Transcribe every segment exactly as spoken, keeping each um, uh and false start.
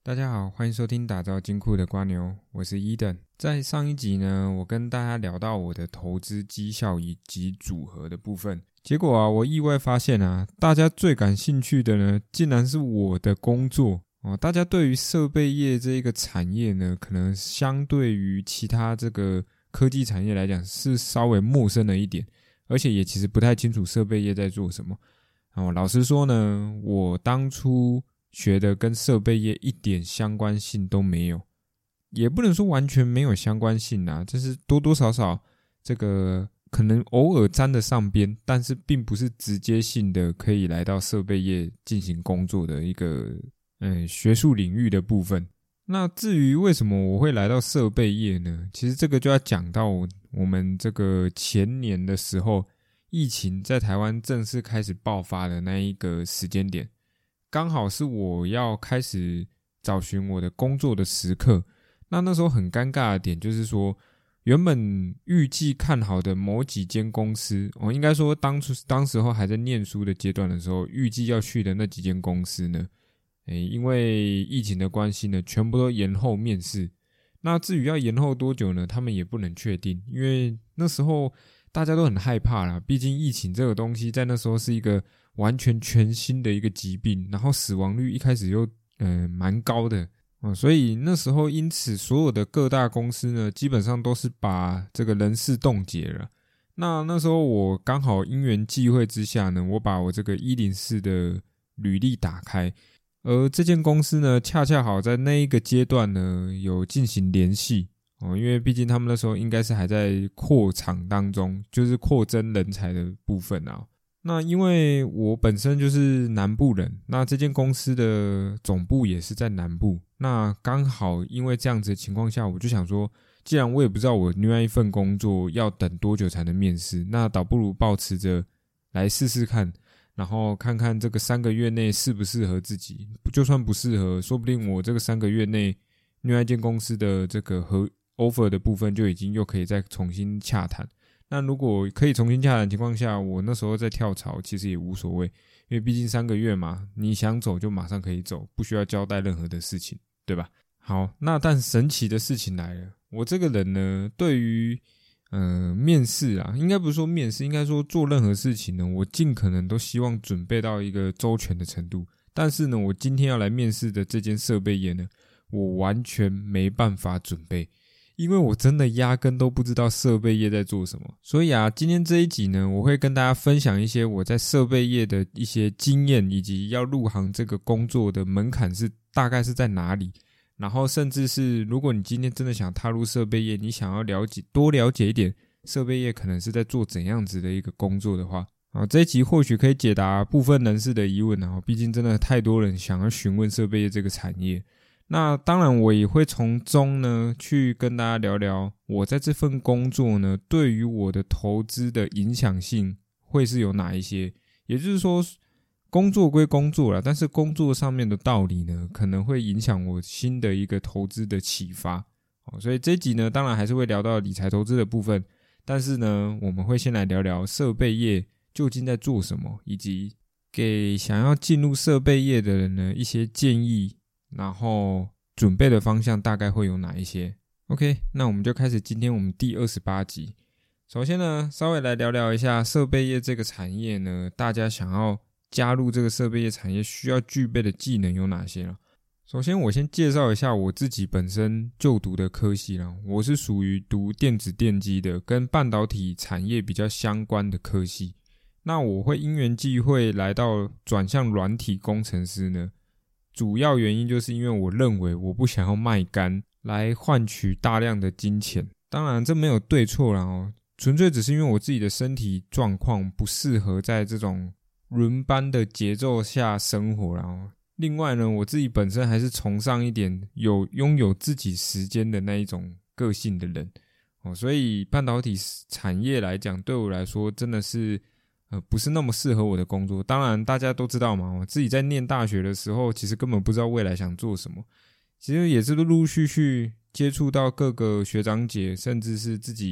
大家好，欢迎收听打造金库的瓜牛，我是 Eden。在上一集呢，我跟大家聊到我的投资绩效以及组合的部分，结果啊，我意外发现啊，大家最感兴趣的呢，竟然是我的工作哦。大家对于设备业这一个产业呢，可能相对于其他这个科技产业来讲是稍微陌生了一点，而且也其实不太清楚设备业在做什么。哦，老实说呢，我当初学的跟设备业一点相关性都没有，也不能说完全没有相关性啊，就是多多少少这个可能偶尔沾得上边，但是并不是直接性的可以来到设备业进行工作的一个嗯学术领域的部分。那至于为什么我会来到设备业呢？其实这个就要讲到我们这个前年的时候，疫情在台湾正式开始爆发的那一个时间点。刚好是我要开始找寻我的工作的时刻，那那时候很尴尬的点就是说，原本预计看好的某几间公司，我、哦、应该说当初当时候还在念书的阶段的时候，预计要去的那几间公司呢，诶，因为疫情的关系呢，全部都延后面试。那至于要延后多久呢，他们也不能确定，因为那时候大家都很害怕啦，毕竟疫情这个东西在那时候是一个完全全新的一个疾病，然后死亡率一开始又呃蛮高的、哦、所以那时候因此所有的各大公司呢，基本上都是把这个人事冻结了。那那时候我刚好因缘际会之下呢，我把我这个一零四的履历打开，而这间公司呢，恰恰好在那一个阶段呢有进行联系哦，因为毕竟他们那时候应该是还在扩厂当中，就是扩增人才的部分啊。那因为我本身就是南部人，那这间公司的总部也是在南部，那刚好因为这样子的情况下，我就想说，既然我也不知道我另外一份工作要等多久才能面试，那倒不如抱持着来试试看，然后看看这个三个月内适不适合自己，就算不适合，说不定我这个三个月内另外一间公司的这个和 offer 的部分就已经又可以再重新洽谈。那如果可以重新洽谈的情况下，我那时候再跳槽其实也无所谓，因为毕竟三个月嘛，你想走就马上可以走，不需要交代任何的事情，对吧？好，那但神奇的事情来了，我这个人呢，对于呃面试啊，应该不是说面试，应该说做任何事情呢，我尽可能都希望准备到一个周全的程度。但是呢，我今天要来面试的这间设备业呢，我完全没办法准备。因为我真的压根都不知道设备业在做什么，所以啊，今天这一集呢，我会跟大家分享一些我在设备业的一些经验，以及要入行这个工作的门槛是大概是在哪里，然后甚至是如果你今天真的想踏入设备业，你想要了解多了解一点设备业可能是在做怎样子的一个工作的话，啊，这一集或许可以解答部分人士的疑问啊，毕竟真的太多人想要询问设备业这个产业。那当然我也会从中呢去跟大家聊聊我在这份工作呢对于我的投资的影响性会是有哪一些，也就是说工作归工作啦，但是工作上面的道理呢可能会影响我新的一个投资的启发。所以这一集呢当然还是会聊到理财投资的部分，但是呢我们会先来聊聊设备业究竟在做什么，以及给想要进入设备业的人呢一些建议，然后准备的方向大概会有哪一些。 OK， 那我们就开始今天我们第二十八集。首先呢稍微来聊聊一下设备业这个产业呢，大家想要加入这个设备业产业需要具备的技能有哪些啦。首先我先介绍一下我自己本身就读的科系啦，我是属于读电子电机的，跟半导体产业比较相关的科系。那我会因缘际会来到转向软体工程师呢，主要原因就是因为我认为我不想要卖肝来换取大量的金钱，当然这没有对错啦哦，纯粹只是因为我自己的身体状况不适合在这种轮班的节奏下生活啦哦。另外呢，我自己本身还是崇尚一点有拥有自己时间的那一种个性的人哦，所以半导体产业来讲对我来说真的是呃，不是那么适合我的工作。当然大家都知道嘛，我自己在念大学的时候其实根本不知道未来想做什么，其实也是陆陆续续接触到各个学长姐，甚至是自己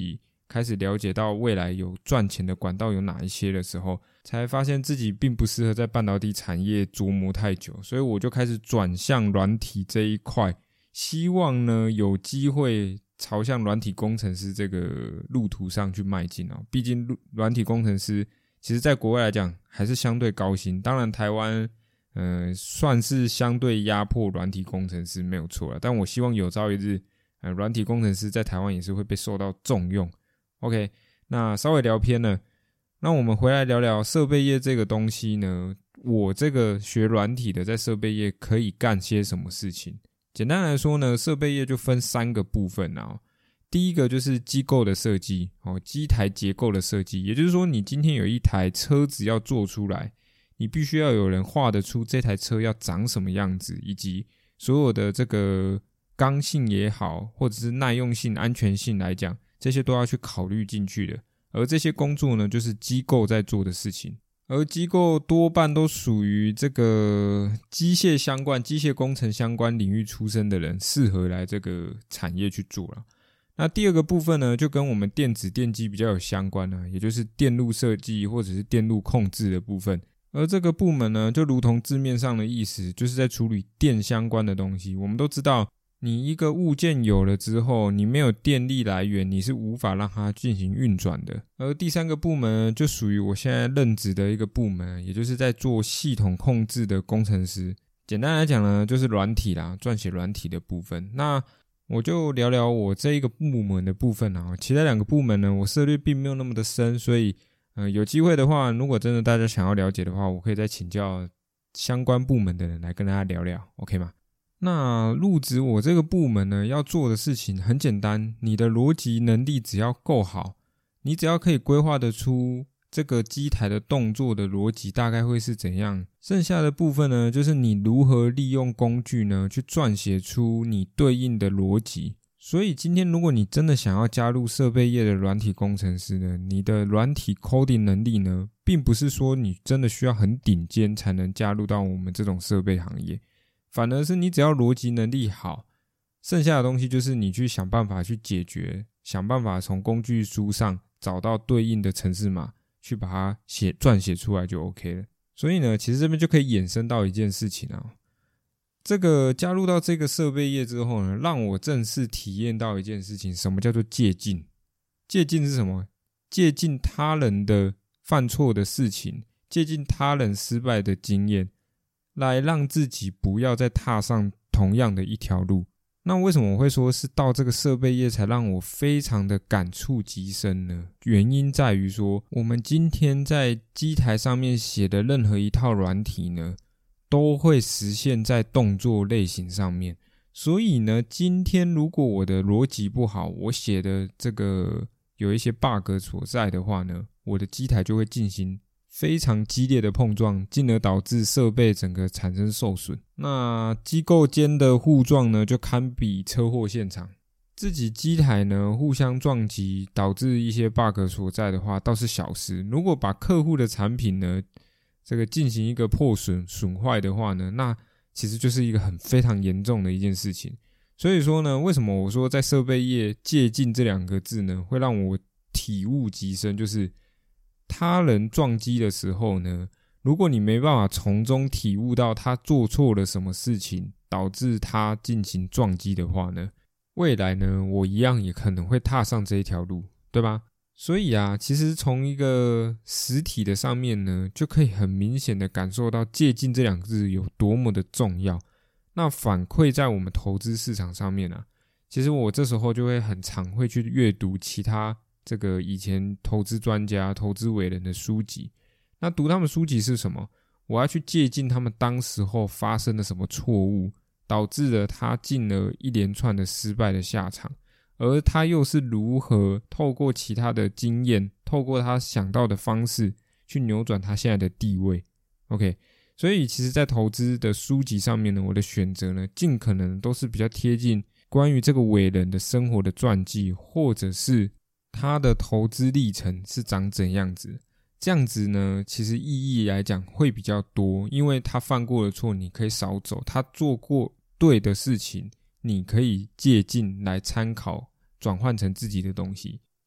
开始了解到未来有赚钱的管道有哪一些的时候，才发现自己并不适合在半导体产业琢磨太久，所以我就开始转向软体这一块，希望呢有机会朝向软体工程师这个路途上去迈进哦。毕竟软体工程师其实在国外来讲还是相对高薪，当然台湾呃算是相对压迫软体工程师没有错啦，但我希望有朝一日呃软体工程师在台湾也是会被受到重用。OK， 那稍微聊偏了，那我们回来聊聊设备业这个东西呢，我这个学软体的在设备业可以干些什么事情。简单来说呢，设备业就分三个部分啊。第一个就是机构的设计，机台结构的设计，也就是说你今天有一台车子要做出来，你必须要有人画得出这台车要长什么样子，以及所有的这个刚性也好，或者是耐用性、安全性来讲，这些都要去考虑进去的。而这些工作呢，就是机构在做的事情。而机构多半都属于这个机械相关、机械工程相关领域出身的人，适合来这个产业去做啦。那第二个部分呢，就跟我们电子电机比较有相关啊，也就是电路设计或者是电路控制的部分。而这个部门呢，就如同字面上的意思，就是在处理电相关的东西。我们都知道，你一个物件有了之后，你没有电力来源，你是无法让它进行运转的。而第三个部门就属于我现在任职的一个部门，也就是在做系统控制的工程师。简单来讲呢，就是软体啦，撰写软体的部分。那我就聊聊我这一个部门的部分啊，其他两个部门呢，我涉猎并没有那么的深，所以呃，有机会的话，如果真的大家想要了解的话，我可以再请教相关部门的人来跟大家聊聊 OK 吗？那入职我这个部门呢，要做的事情很简单，你的逻辑能力只要够好，你只要可以规划得出这个机台的动作的逻辑大概会是怎样，剩下的部分呢，就是你如何利用工具呢，去撰写出你对应的逻辑。所以今天如果你真的想要加入设备业的软体工程师呢，你的软体 coding 能力呢，并不是说你真的需要很顶尖才能加入到我们这种设备行业，反而是你只要逻辑能力好，剩下的东西就是你去想办法去解决，想办法从工具书上找到对应的程式码，去把它写撰写出来就 OK 了。所以呢，其实这边就可以衍生到一件事情啊，这个加入到这个设备业之后呢，让我正式体验到一件事情，什么叫做借鉴？借鉴是什么？借鉴他人的犯错的事情，借鉴他人失败的经验，来让自己不要再踏上同样的一条路。那为什么我会说是到这个设备业才让我非常的感触极深呢？原因在于说，我们今天在机台上面写的任何一套软体呢，都会实现在动作类型上面。所以呢，今天如果我的逻辑不好，我写的这个有一些 bug 所在的话呢，我的机台就会进行非常激烈的碰撞，进而导致设备整个产生受损。那机构间的互撞呢，就堪比车祸现场。自己机台呢互相撞击，导致一些 bug 所在的话，倒是小事。如果把客户的产品呢，这个进行一个破损损坏的话呢，那其实就是一个很非常严重的一件事情。所以说呢，为什么我说在设备业借鉴这两个字呢，会让我体悟极深，就是他人撞击的时候呢，如果你没办法从中体悟到他做错了什么事情，导致他进行撞击的话呢，未来呢，我一样也可能会踏上这一条路，对吧？所以啊，其实从一个实体的上面呢，就可以很明显的感受到借鉴这两个字有多么的重要。那反馈在我们投资市场上面啊，其实我这时候就会很常会去阅读其他这个以前投资专家、投资伟人的书籍。那读他们书籍是什么？我要去借鉴他们当时候发生了什么错误，导致了他进了一连串的失败的下场。而他又是如何透过其他的经验，透过他想到的方式去扭转他现在的地位。 OK， 所以其实在投资的书籍上面呢，我的选择呢，尽可能都是比较贴近关于这个伟人的生活的传记，或者是他的投资历程是长怎样子。这样子呢，其实意义来讲会比较多，因为他犯过的错你可以少走，他做过对的事情你可以借鉴来参考，转换成自己的东西。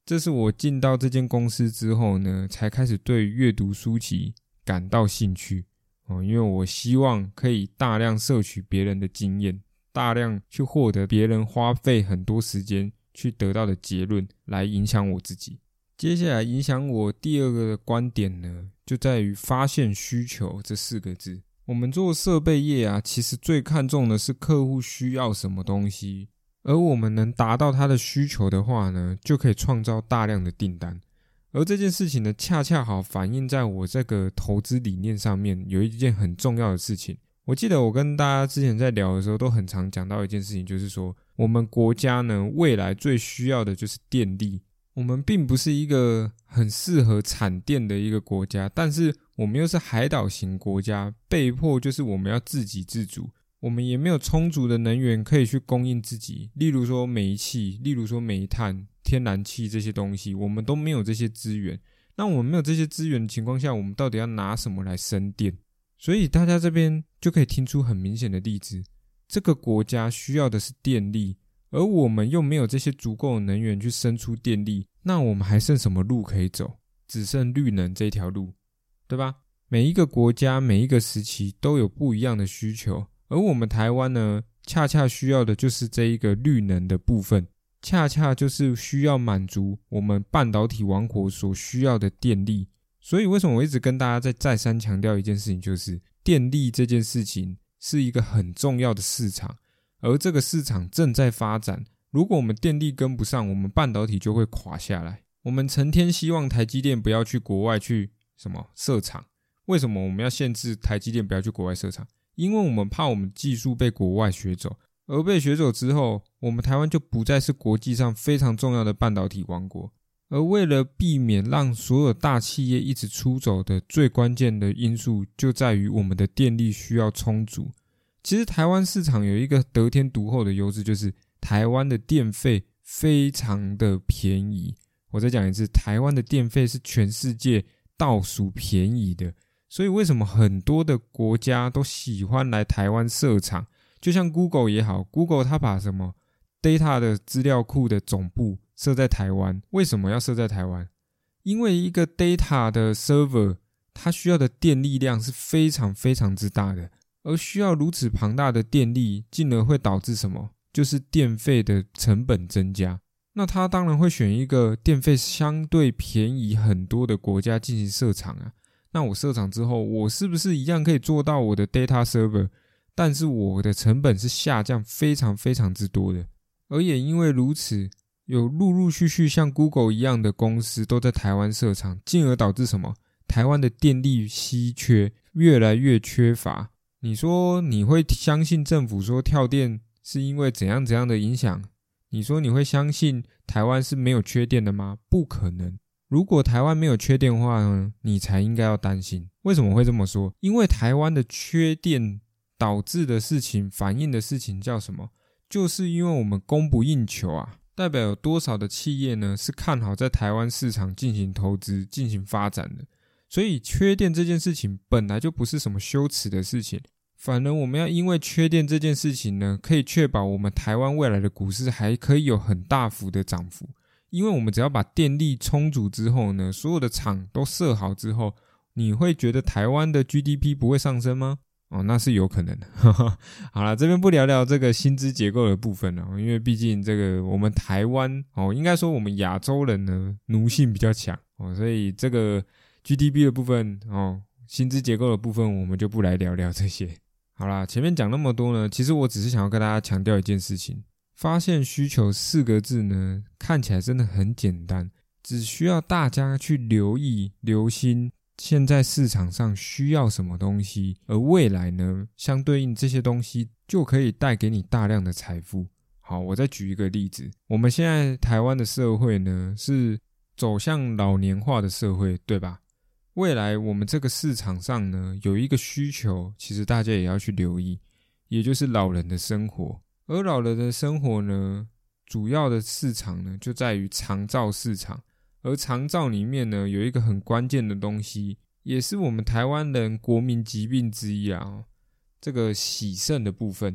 这是我进到这间公司之后呢，才开始对阅读书籍感到兴趣哦，因为我希望可以大量摄取别人的经验，大量去获得别人花费很多时间去得到的结论，来影响我自己。接下来影响我第二个观点呢，就在于发现需求这四个字。我们做设备业啊，其实最看重的是客户需要什么东西，而我们能达到他的需求的话呢，就可以创造大量的订单。而这件事情呢，恰恰好反映在我这个投资理念上面，有一件很重要的事情。我记得我跟大家之前在聊的时候，都很常讲到一件事情，就是说我们国家呢，未来最需要的就是电力。我们并不是一个很适合产电的一个国家，但是我们又是海岛型国家，被迫就是我们要自给自足，我们也没有充足的能源可以去供应自己，例如说煤气，例如说煤炭、天然气这些东西，我们都没有这些资源。那我们没有这些资源的情况下，我们到底要拿什么来生电？所以大家这边就可以听出很明显的例子，这个国家需要的是电力，而我们又没有这些足够的能源去生出电力，那我们还剩什么路可以走？只剩绿能这条路，对吧？每一个国家每一个时期都有不一样的需求，而我们台湾呢，恰恰需要的就是这一个绿能的部分，恰恰就是需要满足我们半导体王国所需要的电力。所以为什么我一直跟大家在再三强调一件事情，就是电力这件事情是一个很重要的市场，而这个市场正在发展，如果我们电力跟不上，我们半导体就会垮下来。我们成天希望台积电不要去国外去什么设厂，为什么我们要限制台积电不要去国外设厂？因为我们怕我们技术被国外学走，而被学走之后，我们台湾就不再是国际上非常重要的半导体王国。而为了避免让所有大企业一直出走的最关键的因素，就在于我们的电力需要充足。其实台湾市场有一个得天独厚的优势，就是台湾的电费非常的便宜。我再讲一次，台湾的电费是全世界倒数便宜的。所以为什么很多的国家都喜欢来台湾设厂？就像 Google 也好， Google 它把什么 data 的资料库的总部设在台湾，为什么要设在台湾？因为一个 data 的 server 它需要的电力量是非常非常之大的，而需要如此庞大的电力，进而会导致什么？就是电费的成本增加。那它当然会选一个电费相对便宜很多的国家进行设厂啊。那我设厂之后，我是不是一样可以做到我的 data server？ 但是我的成本是下降非常非常之多的。而也因为如此，有陆陆续续像 Google 一样的公司都在台湾设厂，进而导致什么？台湾的电力稀缺，越来越缺乏。你说你会相信政府说跳电是因为怎样怎样的影响？你说你会相信台湾是没有缺电的吗？不可能。如果台湾没有缺电的话呢，你才应该要担心。为什么会这么说？因为台湾的缺电导致的事情，反映的事情叫什么？就是因为我们供不应求啊，代表有多少的企业呢是看好在台湾市场进行投资、进行发展的。所以缺电这件事情本来就不是什么羞耻的事情，反而我们要因为缺电这件事情呢，可以确保我们台湾未来的股市还可以有很大幅的涨幅。因为我们只要把电力充足之后呢，所有的厂都设好之后，你会觉得台湾的 G D P 不会上升吗？哦，那是有可能的。好啦，这边不聊聊这个薪资结构的部分了，因为毕竟这个我们台湾哦，应该说我们亚洲人呢奴性比较强哦，所以这个 G D P 的部分哦，薪资结构的部分我们就不来聊聊这些。好啦，前面讲那么多呢，其实我只是想要跟大家强调一件事情。发现需求四个字呢，看起来真的很简单，只需要大家去留意、留心现在市场上需要什么东西，而未来呢，相对应这些东西就可以带给你大量的财富。好，我再举一个例子，我们现在台湾的社会呢，是走向老年化的社会，对吧？未来我们这个市场上呢，有一个需求，其实大家也要去留意，也就是老人的生活。而老人的生活呢，主要的市场呢就在于长照市场，而长照里面呢有一个很关键的东西，也是我们台湾人国民疾病之一啊，这个洗肾的部分。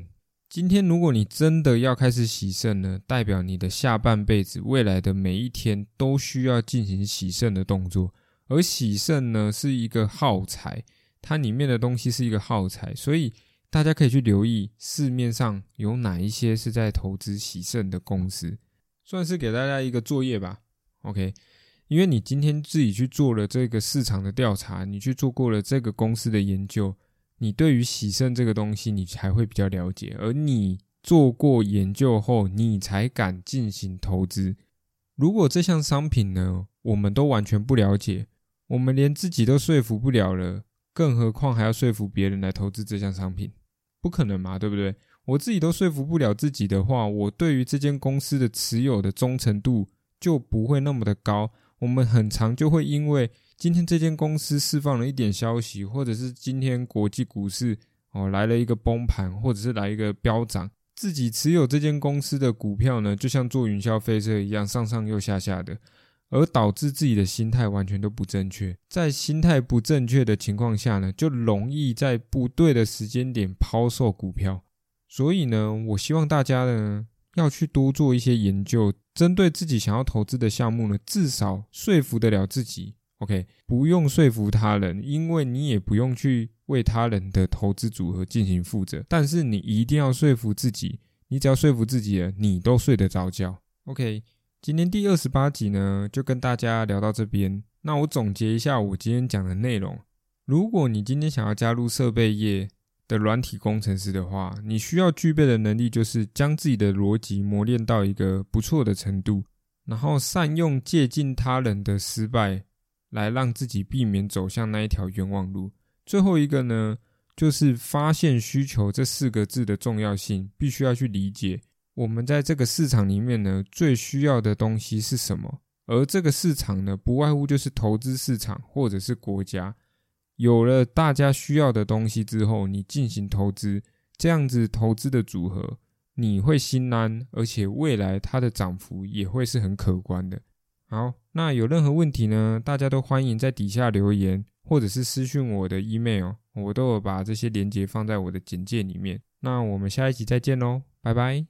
今天如果你真的要开始洗肾呢，代表你的下半辈子未来的每一天都需要进行洗肾的动作。而洗肾呢是一个耗材，它里面的东西是一个耗材，所以大家可以去留意市面上有哪一些是在投资洗肾的公司，算是给大家一个作业吧。 OK， 因为你今天自己去做了这个市场的调查，你去做过了这个公司的研究，你对于洗肾这个东西你才会比较了解，而你做过研究后你才敢进行投资。如果这项商品呢我们都完全不了解，我们连自己都说服不了了，更何况还要说服别人来投资这项商品，不可能嘛，对不对？我自己都说服不了自己的话，我对于这间公司的持有的忠诚度就不会那么的高。我们很常就会因为今天这间公司释放了一点消息，或者是今天国际股市哦来了一个崩盘，或者是来一个飙涨，自己持有这间公司的股票呢，就像坐云霄飞车一样上上又下下的，而导致自己的心态完全都不正确。在心态不正确的情况下呢，就容易在不对的时间点抛售股票。所以呢，我希望大家呢要去多做一些研究，针对自己想要投资的项目呢，至少说服得了自己。 OK， 不用说服他人，因为你也不用去为他人的投资组合进行负责，但是你一定要说服自己，你只要说服自己了，你都睡得着觉。 OK，今天第二十八集呢就跟大家聊到这边。那我总结一下我今天讲的内容，如果你今天想要加入设备业的软体工程师的话，你需要具备的能力就是将自己的逻辑磨练到一个不错的程度，然后善用借鉴他人的失败来让自己避免走向那一条冤枉路。最后一个呢就是发现需求这四个字的重要性，必须要去理解我们在这个市场里面呢最需要的东西是什么，而这个市场呢不外乎就是投资市场或者是国家。有了大家需要的东西之后，你进行投资，这样子投资的组合你会心安，而且未来它的涨幅也会是很可观的。好，那有任何问题呢，大家都欢迎在底下留言，或者是私讯我的 email， 我都有把这些连结放在我的简介里面。那我们下一集再见咯，拜拜。